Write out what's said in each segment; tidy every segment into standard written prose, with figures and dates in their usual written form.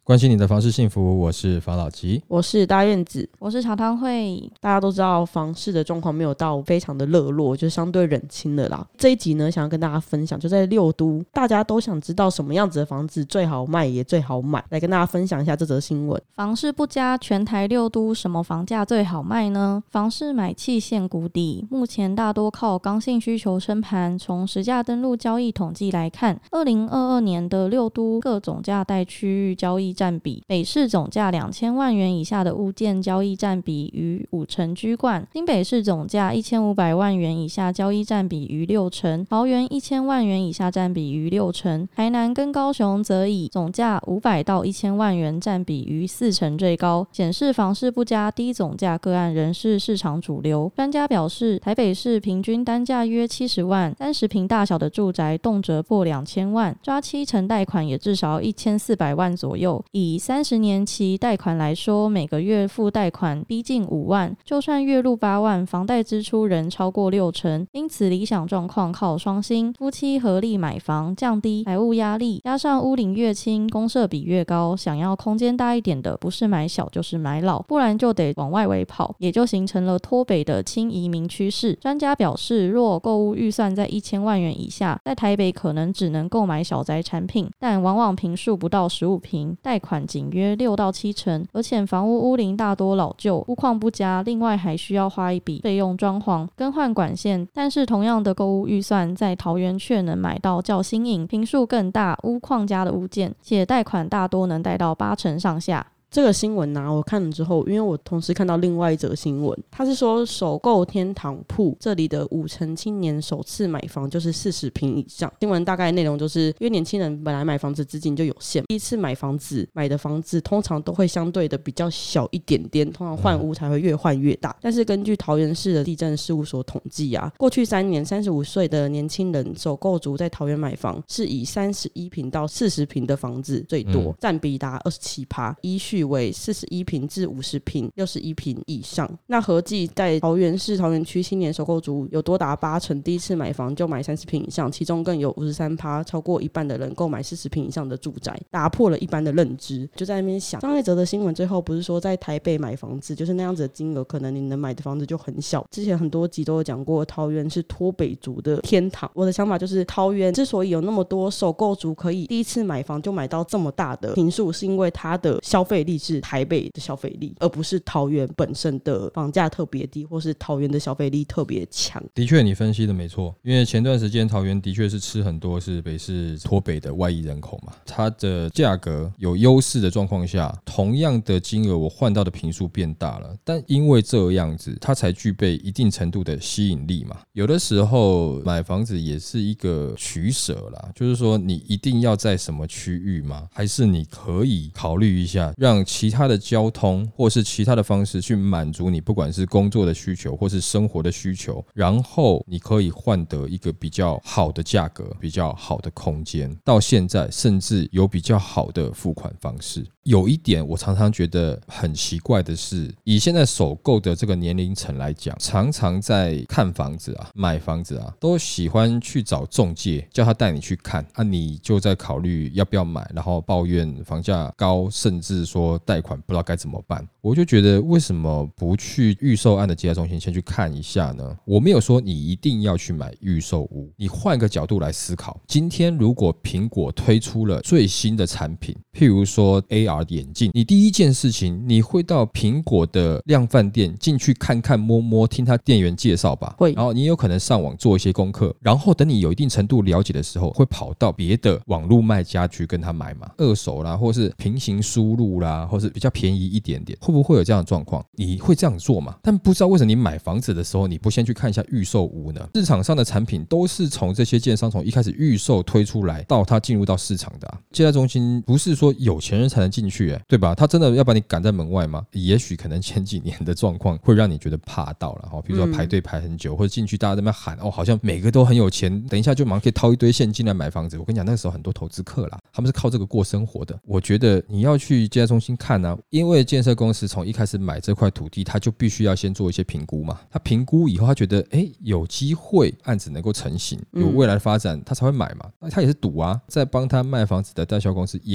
关心你的房市幸福，我是房老吉， 我是大院子， 我是茶汤会。 大家都知道房市的状况没有到非常的热络，就相对冷清了啦。这一集呢，想要跟大家分享，就在六都，大家都想知道什么样子的房子最好卖也最好买，来跟大家分享一下这则新闻。 房市不佳，全台六都什么房价最好卖呢？房市买气陷谷底，目前大多靠刚性需求撑盘。从实价登录交易统计来看，2022年的六都各总价带区域交易占比，北市总价2000万元以下的物件交易占比逾50%居冠，新北市总价1500万元以下交易占比逾60%，桃园1000万元以下占比逾60%，台南跟高雄则以总价500到1000万元占比逾40%最高，显示房市不佳，低总价个案仍是市场主流。专家表示，台北市平均单价约70万，30坪大小的住宅动辄破2000万，抓7成贷款也至少1400万左右。以30年期贷款来说，每个月付贷款逼近5万，就算月入8万，房贷支出仍超过60%。因此理想状况靠双薪，夫妻合力买房，降低财务压力，加上屋龄越轻，公设比越高，想要空间大一点的，不是买小就是买老，不然就得往外围跑，也就形成了脱北的轻移民趋势。专家表示，若购屋预算在1000万元以下，在台北可能只能购买小宅产品，但往往坪数不到15坪，贷款仅约6到7成，而且房屋屋龄大多老旧，屋况不佳，另外还需要花一笔费用装潢、更换管线。但是同样的购屋预算，在桃园却能买到较新颖、坪数更大、屋况佳的物件，且贷款大多能贷到8成上下。 这个新闻我看了之后，因为我同时看到另外一则新闻，他是说首购天堂铺这里的5成青年首次买房就是40坪以上。新闻大概内容就是因为年轻人本来买房子资金就有限，第一次买房子买的房子通常都会相对的比较小一点点，通常换屋才会越换越大。但是根据桃园市的地政事务所统计过去3年35岁的年轻人首购族在桃园买房是以31坪到40坪的房子最多，占比达27%，依序为41坪至50坪、61坪以上。那合计在桃园市桃园区青年首购族有多达8成第一次买房就买30坪以上，其中更有53%，超过一半的人购买40坪以上的住宅，打破了一般的认知。就在那边想，上一则的新闻最后不是说在台北买房子就是那样子的金额，可能你能买的房子就很小。之前很多集都有讲过，桃园是脱北族的天堂。我的想法就是，桃园之所以有那么多首购族可以第一次买房就买到这么大的坪数，是因为它的消费力是台北的消费力，而不是桃园本身的房价特别低，或是桃园的消费力特别强。 的确你分析的没错，因为前段时间桃园的确是吃很多是北市脱北的外移人口嘛，它的价格有优势的状况下，同样的金额我换到的坪数变大了，但因为这样子它才具备一定程度的吸引力嘛。有的时候买房子也是一个取舍啦，就是说你一定要在什么区域吗？还是你可以考虑一下让其他的交通或是其他的方式去满足你不管是工作的需求或是生活的需求，然后你可以换得一个比较好的价格、比较好的空间，到现在甚至有比较好的付款方式。有一点我常常觉得很奇怪的是，以现在首购的这个年龄层来讲，常常在看房子买房子都喜欢去找中介，叫他带你去看你就在考虑要不要买，然后抱怨房价高，甚至说贷款不知道该怎么办。我就觉得为什么不去预售案的接待中心先去看一下呢？我没有说你一定要去买预售屋，你换个角度来思考，今天如果苹果推出了最新的产品，譬如说 AR 眼镜，你第一件事情你会到苹果的量贩店进去看看摸摸，听他店员介绍吧， 会， 然后你有可能上网做一些功课，然后等你有一定程度了解的时候，会跑到别的网络卖家去跟他买嘛，二手啦，或是平行输入啦，或是比较便宜一点点，会不会有这样的状况？你会这样做吗？但不知道为什么你买房子的时候你不先去看一下预售屋呢？市场上的产品都是从这些建商从一开始预售推出来到它进入到市场的接待中心不是说有钱人才能进去对吧？他真的要把你赶在门外吗？也许可能前几年的状况会让你觉得怕到了，比如说排队排很久，或者进去大家在那边喊好像每个都很有钱，等一下就马上可以掏一堆现金来买房子。我跟你讲，那个时候很多投资客啦，他们是靠这个过生活的。我觉得你要去接待中心看因为建设公司从一开始买这块土地，他就必须要先做一些评估嘛。他评估以后，他觉得有机会案子能够成型，有未来的发展，他才会买嘛。那他也是赌再帮他卖房子的代销公司也会做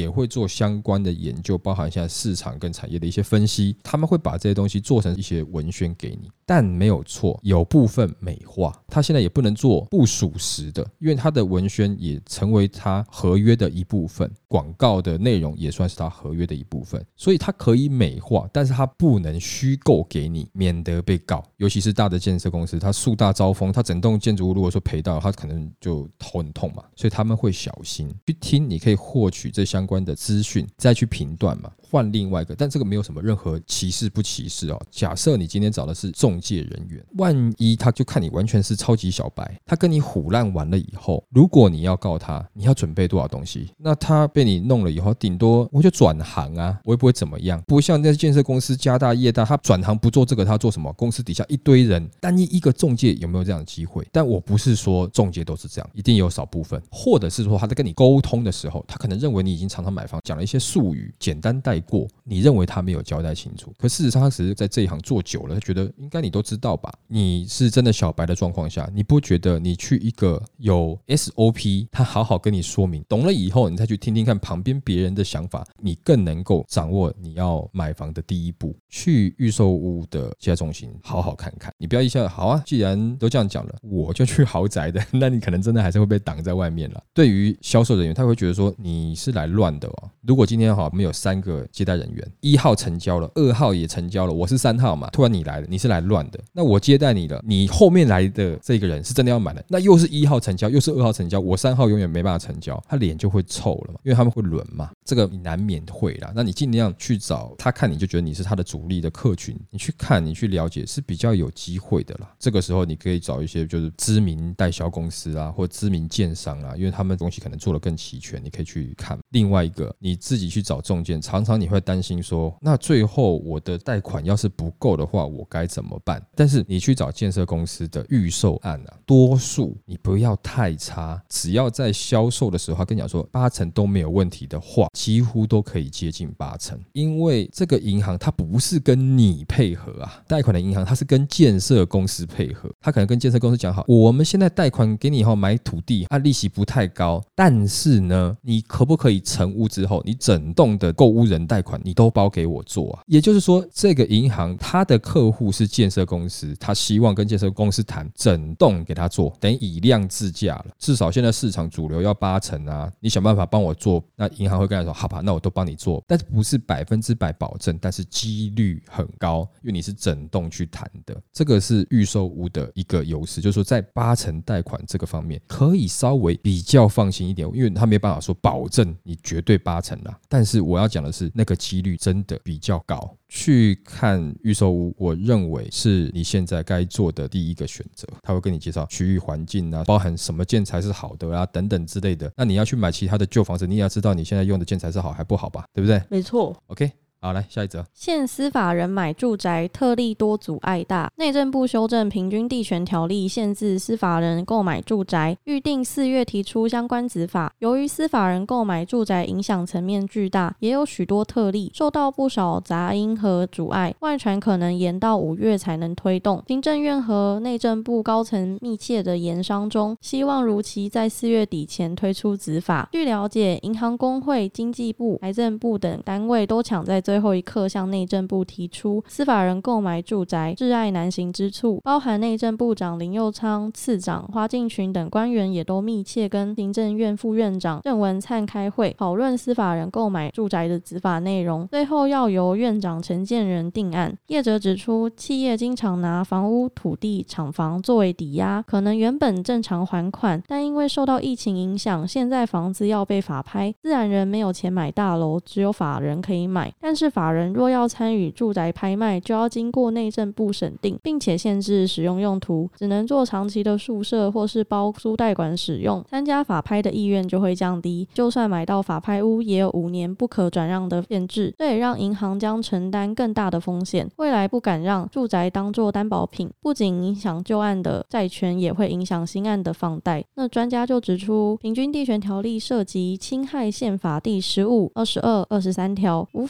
做相关的研究，包含现在市场跟产业的一些分析，他们会把这些东西做成一些文宣给你。但没有错，有部分美化，他现在也不能做不属实的，因为他的文宣也成为他合约的一部分，广告的内容也算是他合约的一部分，所以他可以美化，但是他不能虚构给你，免得被告。尤其是大的建设公司，他树大招风，他整栋建筑物如果说赔到，他可能就头很痛嘛，所以他们会小心去听，你可以获取这相关的资讯，再去评断嘛。换另外一个，但这个没有什么任何歧视不歧视哦。假设你今天找的是中介人员，万一他就看你完全是超级小白，他跟你唬烂完了以后，如果你要告他，你要准备多少东西？那他被你弄了以后，顶多我就转行啊，我也不会怎么样。不像那些建设公司家大业大，他转行不做这个，他做什么？公司底下一堆人，单一个中介有没有这样的机会？但我不是说中介都是这样，一定有少部分，或者是说他在跟你沟通的时候，他可能认为你已经常常买房，讲了一些术语，简单带过，你认为他没有交代清楚，可事实上他只是在这一行做久了，他觉得应该你都知道吧。你是真的小白的状况下，你不觉得你去一个有 SOP 他好好跟你说明，懂了以后你再去听听看旁边别人的想法，你更能够掌握你要买房的第一步。去预售屋的接待中心好好看看，你不要一下好啊，既然都这样讲了，我就去豪宅的，那你可能真的还是会被挡在外面了。对于销售人员，他会觉得说你是来乱的哦。如果今天我们有3个接待人员，1号成交了，2号也成交了，我是3号嘛，突然你来了，你是来乱的，那我接待你了，你后面来的这个人是真的要买的，那又是1号成交，又是2号成交，我3号永远没办法成交，他脸就会臭了嘛，因为他们会轮嘛，这个你难免会啦。那你尽量去找他，看你就觉得你是他的主力的客群，你去看，你去了解是比较有机会的啦。这个时候你可以找一些就是知名代销公司啊，或知名建商啊，因为他们东西可能做得更齐全，你可以去看。另外一个，你自己去找中介，常常你会担心说，那最后我的贷款要是不够的话，我该怎么办？但是你去找建设公司的预售案啊，多数你不要太差，只要在销售的时候他跟你讲说8成都没有问题的话，几乎都可以接近8成。因为这个银行它不是跟你配合啊，贷款的银行它是跟建设公司配合，他可能跟建设公司讲好，我们现在贷款给你以后买土地啊，利息不太高，但是呢，你可不可以成屋之后，你整栋的购屋人贷款你都包给我做啊？也就是说，这个银行他的客户是建设公司，他希望跟建设公司谈整栋给他做，等于以量制价了。至少现在市场主流要8成啊，你想办法帮我做，那银行会跟他说好吧，那我都帮你做，但是不是100%保证，但是几率很高，因为你是整栋去谈的。这个是预售屋的一个优势，就是说在8成贷款这个方面可以稍微比较放心一点，因为他没办法说保证你绝对8成啦，但是我要讲的是那个几率真的比较高。去看预售屋，我认为是你现在该做的第一个选择。他会跟你介绍区域环境啊，包含什么建材是好的啊，等等之类的。那你要去买其他的旧房子，你也要知道你现在用的建材是好还不好吧，对不对？ 没错。 OK，好，来下一则。 现司法人买住宅特例多阻碍大，内政部修正平均地权条例，限制司法人购买住宅，预定4月提出相关子法。由于司法人购买住宅影响层面巨大，也有许多特例，受到不少杂音和阻碍，外传可能延到5月才能推动。行政院和内政部高层密切的研商中，希望如期在4月底前推出子法。据了解，银行公会、经济部、财政部等单位都抢在最后一刻向内政部提出司法人购买住宅窒碍难行之处，包含内政部长林右昌、次长花敬群等官员也都密切跟行政院副院长郑文灿开会，讨论司法人购买住宅的子法内容，最后要由院长陈建仁定案。业者指出，企业经常拿房屋、土地、厂房作为抵押，可能原本正常还款，但因为受到疫情影响，现在房子要被法拍，自然人没有钱买大楼，只有法人可以买，但是法人若要参与住宅拍卖，就要经过内政部审定，并且限制使用用途，只能做长期的宿舍或是包租代管使用，参加法拍的意愿就会降低，就算买到法拍屋也有5年不可转让的限制，这也让银行将承担更大的风险，未来不敢让住宅当作担保品，不仅影响旧案的债权，也会影响新案的放贷。那专家就指出，平均地权条例涉及侵害宪法第15、22、23条，无法保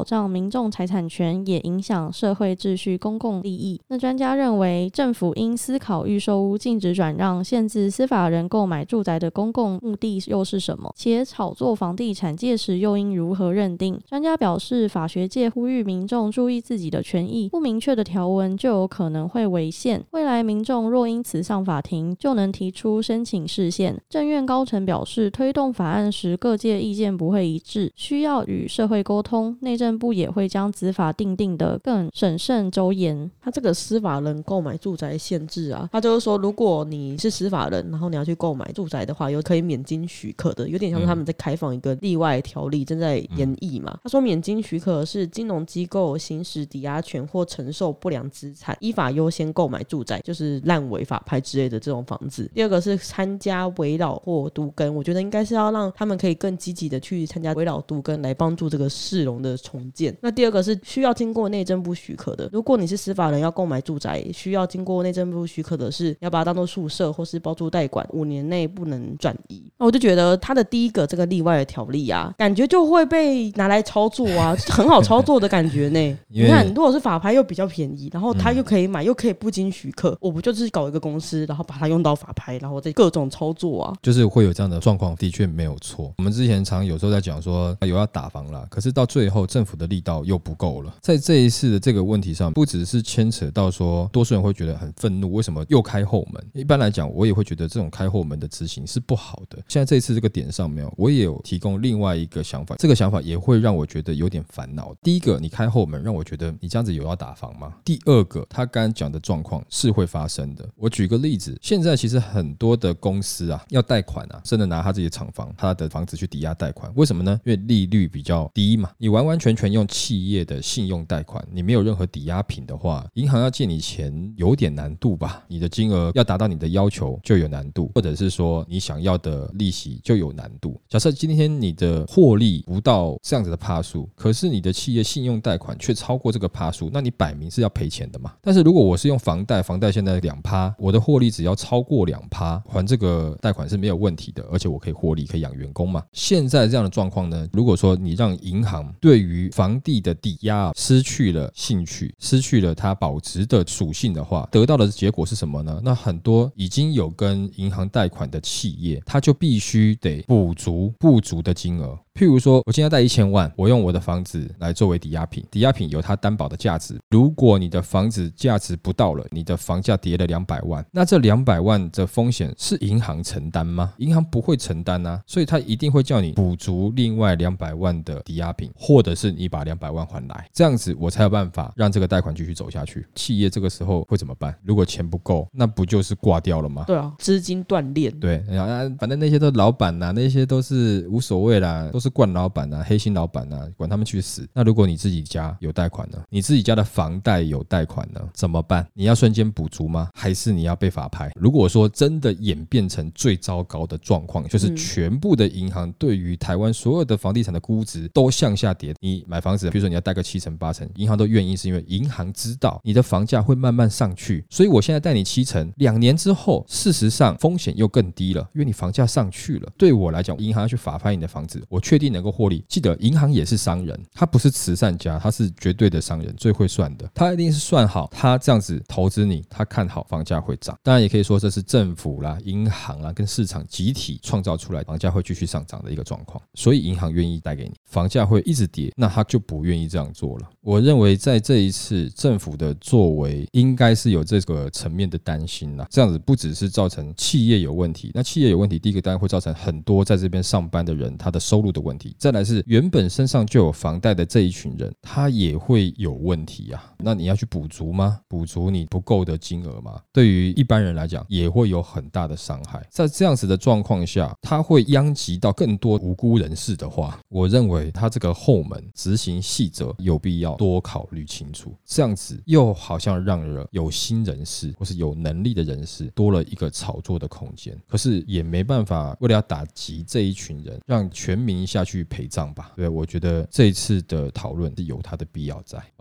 障民众财产权，也影响社会秩序、公共利益。那专家认为，政府应思考预售屋禁止转让、限制司法人购买住宅的公共目的又是什么，且炒作房地产届时又应如何认定。专家表示，法学界呼吁民众注意自己的权益，不明确的条文就有可能会违宪。未来民众若因此上法庭，就能提出申请释宪。政院高层表示，推动法案时各界意见不会一致，需要与社会沟通，内政部也会将子法订定的更审慎周延。 他这个司法人购买住宅限制啊，他就是说，如果你是司法人，然后你要去购买住宅的话，有可以免经许可的，有点像是他们在开放一个例外条例，正在研议嘛。他说，免经许可是金融机构行使抵押权或承受不良资产，依法优先购买住宅，就是烂尾法拍之类的这种房子。第二个是参加危老或都更，我觉得应该是要让他们可以更积极的去参加危老都更，来帮助这个市容的重建。那第二个是需要经过内政部许可的，如果你是司法人要购买住宅，需要经过内政部许可的是，要把它当做宿舍或是包租代管，5年内不能转移。那我就觉得他的第一个这个例外的条例啊，感觉就会被拿来操作啊，很好操作的感觉呢。你看，如果是法拍又比较便宜，然后他又可以买，又可以不经许可，我不就是搞一个公司，然后把它用到法拍，然后再各种操作啊， 就是会有这样的状况，的确没有错。我们之前常有时候在讲说有要打房啦，可是到最后政府的力道又不够了。在这一次的这个问题上，不只是牵扯到说多数人会觉得很愤怒，为什么又开后门？一般来讲，我也会觉得这种开后门的执行是不好的。现在这一次这个点上面，我也有提供另外一个想法，这个想法也会让我觉得有点烦恼。第一个，你开后门让我觉得你这样子有要打房吗？第二个，他刚刚讲的状况是会发生的。我举个例子，现在其实很多的公司啊要贷款啊，甚至拿他自己的厂房、他的房子去抵押贷款，为什么呢？因为利率比较低嘛。你完完全全用企业的信用贷款，你没有任何抵押品的话，银行要借你钱有点难度吧？你的金额要达到你的要求就有难度，或者是说你想要的利息就有难度。假设今天你的获利不到这样子的趴数，可是你的企业信用贷款却超过这个趴数，那你摆明是要赔钱的嘛。但是如果我是用房贷，房贷现在2%，我的获利只要超过2%，还这个贷款是没有问题的，而且我可以获利，可以养员工嘛。现在这样的状况呢，如果说你让银行对于房地的抵押失去了兴趣，失去了它保值的属性的话，得到的结果是什么呢？那很多已经有跟银行贷款的企业，它就必须得补足不足的金额。譬如说，我今天贷1000万，我用我的房子来作为抵押品，抵押品有它担保的价值。如果你的房子价值不到了，你的房价跌了200万，那这200万的风险是银行承担吗？银行不会承担啊，所以他一定会叫你补足另外200万的抵押品，或者是你把200万还来，这样子我才有办法让这个贷款继续走下去。企业这个时候会怎么办？如果钱不够，那不就是挂掉了吗？ 对啊，资金断裂。 对，反正那些都是老板啊，那些都是无所谓啦，都是惯老板啊、黑心老板啊，管他们去死。那如果你自己家有贷款呢？你自己家的房贷有贷款呢？怎么办？你要瞬间补足吗？还是你要被法拍？如果说真的演变成最糟糕的状况，就是全部的银行对于台湾所有的房地产的估值都向下跌，你买房子，比如说你要贷个7成8成，银行都愿意，是因为银行知道你的房价会慢慢上去，所以我现在贷你7成，2年之后，事实上风险又更低了，因为你房价上去了。对我来讲，银行要去法拍你的房子，我确定能够获利。记得银行也是商人，他不是慈善家，他是绝对的商人，最会算的。他一定是算好，他这样子投资你，他看好房价会涨。当然也可以说这是政府啦、银行啦跟市场集体创造出来房价会继续上涨的一个状况，所以银行愿意贷给你，房价会一直跌，那他就不愿意这样做了。我认为在这一次政府的作为应该是有这个层面的担心啦，这样子不只是造成企业有问题，那企业有问题，第一个当然会造成很多在这边上班的人他的收入的问题，再来是原本身上就有房贷的这一群人他也会有问题啊。那你要去补足吗？补足你不够的金额吗？对于一般人来讲也会有很大的伤害。在这样子的状况下，他会殃及到更多无辜人士的话，我认为他这个后门执行细则有必要多考虑清楚，这样子又好像让有心人士或是有能力的人士多了一个炒作的空间，可是也没办法为了要打击这一群人让全民下去陪葬吧。对，我觉得这一次的讨论是有它的必要在。 OK，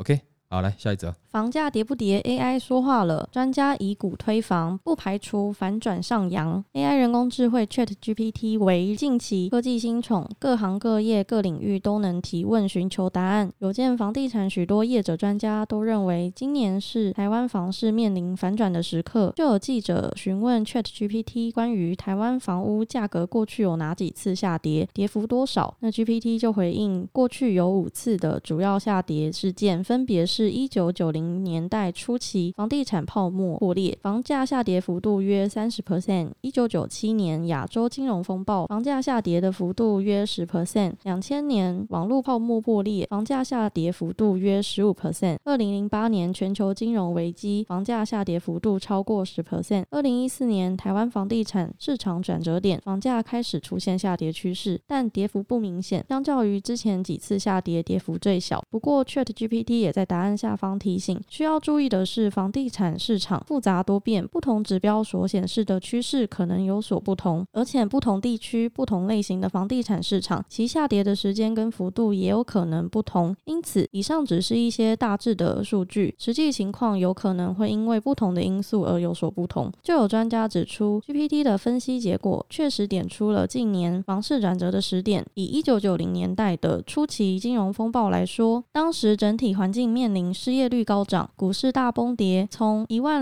好，来下一则。 房价跌不跌 AI 说话了，专家以股推房，不排除反转上扬。 AI 人工智慧 ChatGPT 为近期科技新宠，各行各业各领域都能提问寻求答案。有见房地产许多业者专家都认为今年是台湾房市面临反转的时刻。就有记者询问 ChatGPT 关于台湾房屋价格过去有哪几次下跌，跌幅多少，那 GPT 就回应过去有5次的主要下跌事件，分别是1990年代初期房地产泡沫破裂，房价下跌幅度约 30%， 1997年亚洲金融风暴，房价下跌的幅度约 10%， 2000年网络泡沫破裂，房价下跌幅度约 15%， 2008年全球金融危机，房价下跌幅度超过 10%， 2014年台湾房地产市场转折点，房价开始出现下跌趋势，但跌幅不明显，相较于之前几次下跌，跌幅最小。不过 ChatGPT 也在答案下方提醒，需要注意的是房地产市场复杂多变，不同指标所显示的趋势可能有所不同，而且不同地区不同类型的房地产市场其下跌的时间跟幅度也有可能不同，因此以上只是一些大致的数据，实际情况有可能会因为不同的因素而有所不同。就有专家指出 GPT 的分析结果确实点出了近年房市转折的时点。以1990年代的初期金融风暴来说，当时整体环境面临失业率高涨，股市大崩跌，从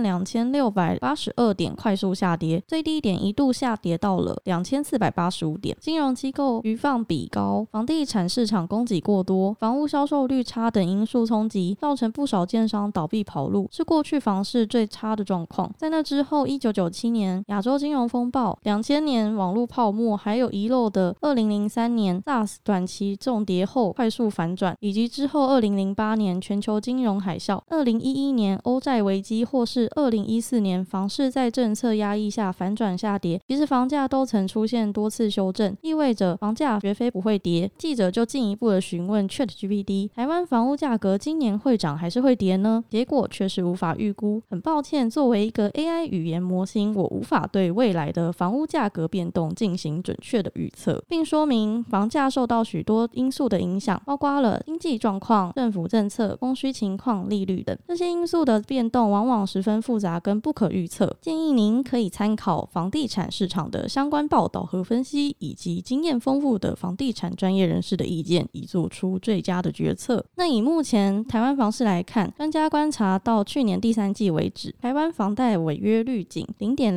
12682点快速下跌，最低点一度下跌到了2485点。金融机构余放比高，房地产市场供给过多，房屋销售率差等因素冲击，造成不少建商倒闭跑路，是过去房市最差的状况。在那之后1997年亚洲金融风暴，2000年网络泡沫，还有遗漏的2003年 SARS 短期重跌后快速反转，以及之后2008年全球金融海啸，2011年欧债危机，或是2014年房市在政策压抑下反转下跌，其实房价都曾出现多次修正，意味着房价绝非不会跌。记者就进一步的询问 ChatGPT 台湾房屋价格今年会涨还是会跌呢？结果却是无法预估。很抱歉，作为一个 AI 语言模型，我无法对未来的房屋价格变动进行准确的预测，并说明房价受到许多因素的影响，包括了经济状况、政府政策、供需情况、利率等。这些因素的变动往往十分复杂跟不可预测，建议您可以参考房地产市场的相关报道和分析，以及经验丰富的房地产专业人士的意见，以做出最佳的决策。那以目前台湾房市来看，专家观察到去年第3季为止，台湾房贷违约率仅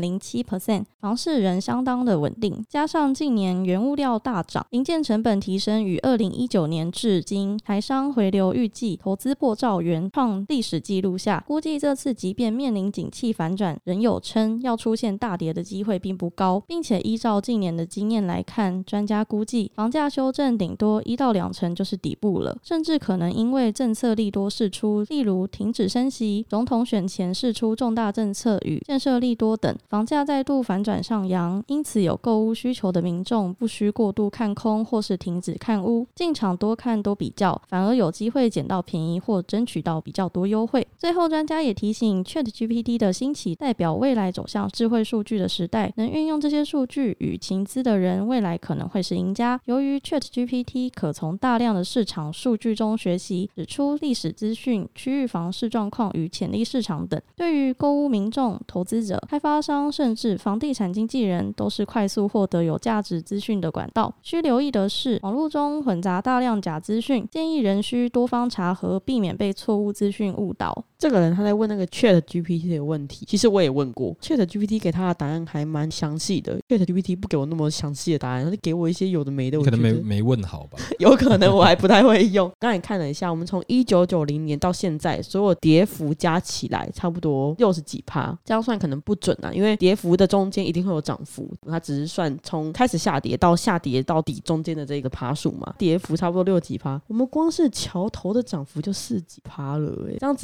0.07%， 房市仍相当的稳定，加上近年原物料大涨，营建成本提升，与2019年至今台商回流预计投资破兆元创历史纪录下，估计这次即便面临景气反转，仍有称要出现大跌的机会并不高，并且依照近年的经验来看，专家估计房价修正顶多1到2成就是底部了，甚至可能因为政策利多释出，例如停止升息、总统选前释出重大政策与建设利多等，房价再度反转上扬。因此有购屋需求的民众不需过度看空或是停止看屋，进场多看多比较，反而有机会捡到便宜或争取到比较多优惠。最后专家也提醒 ChatGPT 的兴起代表未来走向智慧数据的时代，能运用这些数据与情资的人未来可能会是赢家。由于 ChatGPT 可从大量的市场数据中学习，指出历史资讯、区域房市状况与潜力市场等，对于购屋民众、投资者、开发商甚至房地产经纪人都是快速获得有价值资讯的管道。需留意的是，网络中混杂大量假资讯，建议仍需多方查核，避免被错误资讯误导。 这个人他在问那个 ChatGPT 的问题，其实我也问过 ChatGPT， 给他的答案还蛮详细的。ChatGPT 不给我那么详细的答案，他就给我一些有的没的， 你可能没问好吧有可能我还不太会用。刚才看了一下，我们从1990年到现在所有跌幅加起来差不多60几%，这样算可能不准啊，因为跌幅的中间一定会有涨幅，它只是算从开始下跌到底中间的这个%数嘛，跌幅差不多60几%，我们光是桥头的涨幅就4几%了这样子长远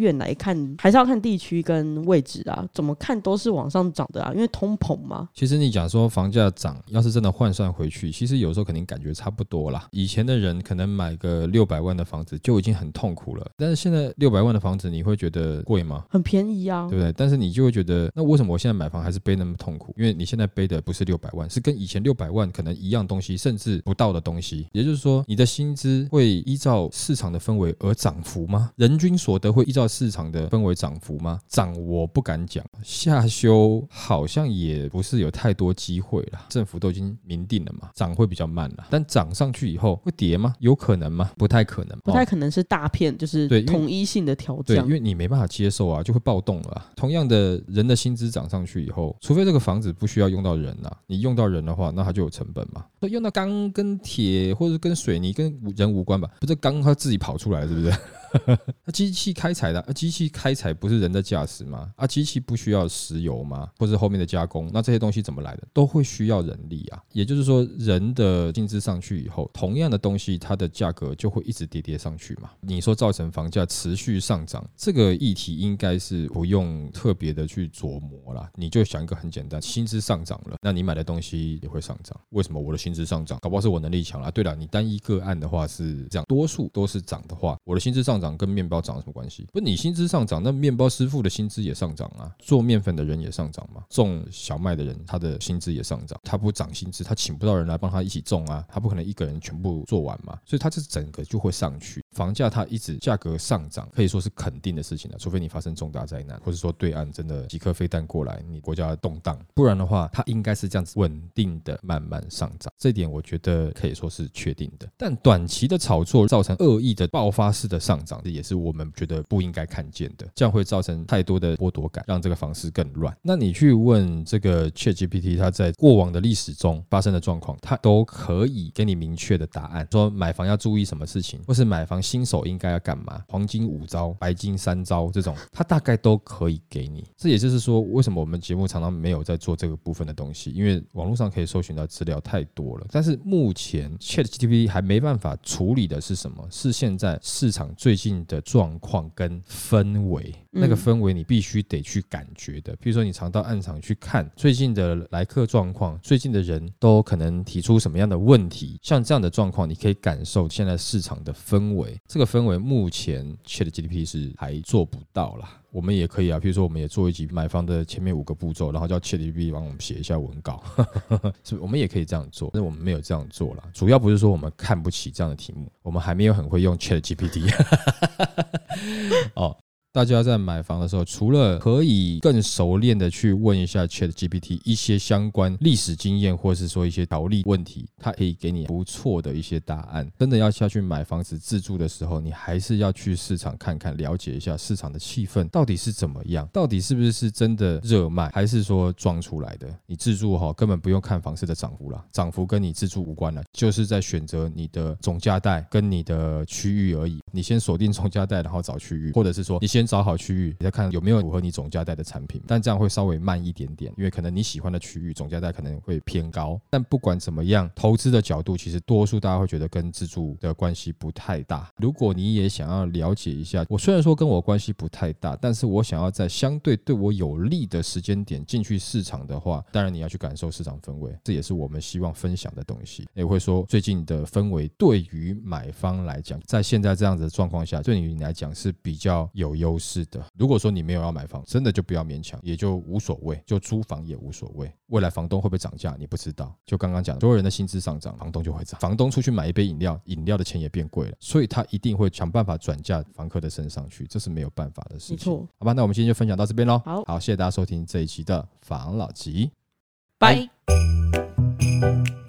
远来看，还是要看地区跟位置啊，怎么看都是往上涨的啊，因为通膨嘛。 其实你讲说房价涨，要是真的换算回去，其实有时候肯定感觉差不多啦。以前的人可能买个600万的房子就已经很痛苦了，但是现在600万的房子你会觉得贵吗？ 很便宜啊， 对不对？但是你就会觉得，那为什么我现在买房还是背那么痛苦？因为你现在背的不是600万，是跟以前600万可能一样东西，甚至不到的东西。也就是说，你的薪资会依照市场的氛围而涨幅吗？人均所得会依照市场的氛围涨幅吗？涨我不敢讲，下修好像也不是有太多机会了。政府都已经明定了嘛，涨会比较慢了。但涨上去以后会跌吗？有可能吗？不太可能， 不太可能是大片就是统一性的调对， 降。 因为你没办法接受啊，就会暴动了啊。同样的人的薪资涨上去以后，除非这个房子不需要用到人啊，你用到人的话，那它就有成本嘛。用到钢跟铁或者跟水泥跟人无关吧？不是钢它自己跑出来是不是？那机器开采的机器开采不是人在驾驶吗？机器不需要石油吗？或是后面的加工，那这些东西怎么来的？都会需要人力啊。也就是说，人的薪资上去以后，同样的东西它的价格就会一直跌上去嘛。你说造成房价持续上涨，这个议题应该是不用特别的去琢磨啦。你就想一个很简单，薪资上涨了，那你买的东西也会上涨。为什么我的薪资上涨？搞不好是我能力强啦。对了，你单一个案的话是这样，多数都是涨的话，我的薪资上涨跟面包涨有什么关系？不是你薪资上涨，那面包师傅的薪资也上涨啊，做面粉的人也上涨嘛，种小麦的人他的薪资也上涨，他不涨薪资，他请不到人来帮他一起种啊，他不可能一个人全部做完嘛，所以他这整个就会上去。房价它一直价格上涨，可以说是肯定的事情了，除非你发生重大灾难，或者说对岸真的几颗飞弹过来，你国家动荡，不然的话，它应该是这样子稳定的慢慢上涨，这一点我觉得可以说是确定的。但短期的炒作造成恶意的爆发式的上涨，这也是我们觉得不应该看见的，这样会造成太多的剥夺感，让这个房市更乱。那你去问这个 ChatGPT， 它在过往的历史中发生的状况，它都可以给你明确的答案，说买房要注意什么事情，或是买房新手应该要干嘛，黄金5招白金3招这种，它大概都可以给你。这也就是说为什么我们节目常常没有在做这个部分的东西，因为网络上可以搜寻到资料太多了。但是目前 ChatGPT 还没办法处理的是什么？是现在市场最近的状况跟氛围，那个氛围你必须得去感觉的。比如说你常到案场去看最近的来客状况，最近的人都可能提出什么样的问题，像这样的状况你可以感受现在市场的氛围。这个氛围目前 ChatGPT 是还做不到啦。我们也可以啊，比如说我们也做一集买房的前面5个步骤，然后叫 ChatGPT 帮我们写一下文稿是我们也可以这样做，但是我们没有这样做啦。主要不是说我们看不起这样的题目，我们还没有很会用 ChatGPT 哦。大家在买房的时候，除了可以更熟练的去问一下 ChatGPT 一些相关历史经验，或是说一些条例问题，它可以给你不错的一些答案。真的要下去买房子自住的时候，你还是要去市场看看，了解一下市场的气氛到底是怎么样，到底是不是真的热卖，还是说装出来的。你自住根本不用看房市的涨幅啦，涨幅跟你自住无关了，就是在选择你的总价带跟你的区域而已。你先锁定总价带，然后找区域，或者是说你先找好区域，你再看有没有符合你总价带的产品，但这样会稍微慢一点点，因为可能你喜欢的区域总价带可能会偏高。但不管怎么样，投资的角度其实多数大家会觉得跟自住的关系不太大。如果你也想要了解一下，我虽然说跟我关系不太大，但是我想要在相对对我有利的时间点进去市场的话，当然你要去感受市场氛围，这也是我们希望分享的东西。也会说最近的氛围对于买方来讲，在现在这样子的状况下，对于你来讲是比较有优势的。如果说你没有要买房，真的就不要勉强，也就无所谓，就租房也无所谓。未来房东会不会涨价你不知道，就刚刚讲所有人的薪资上涨，房东就会涨。房东出去买一杯饮料，饮料的钱也变贵了，所以他一定会想办法转嫁房客的身上去，这是没有办法的事情。 没错， 好吧，那我们今天就分享到这边咯。 好， 谢谢大家收听这一期的房老吉， 拜。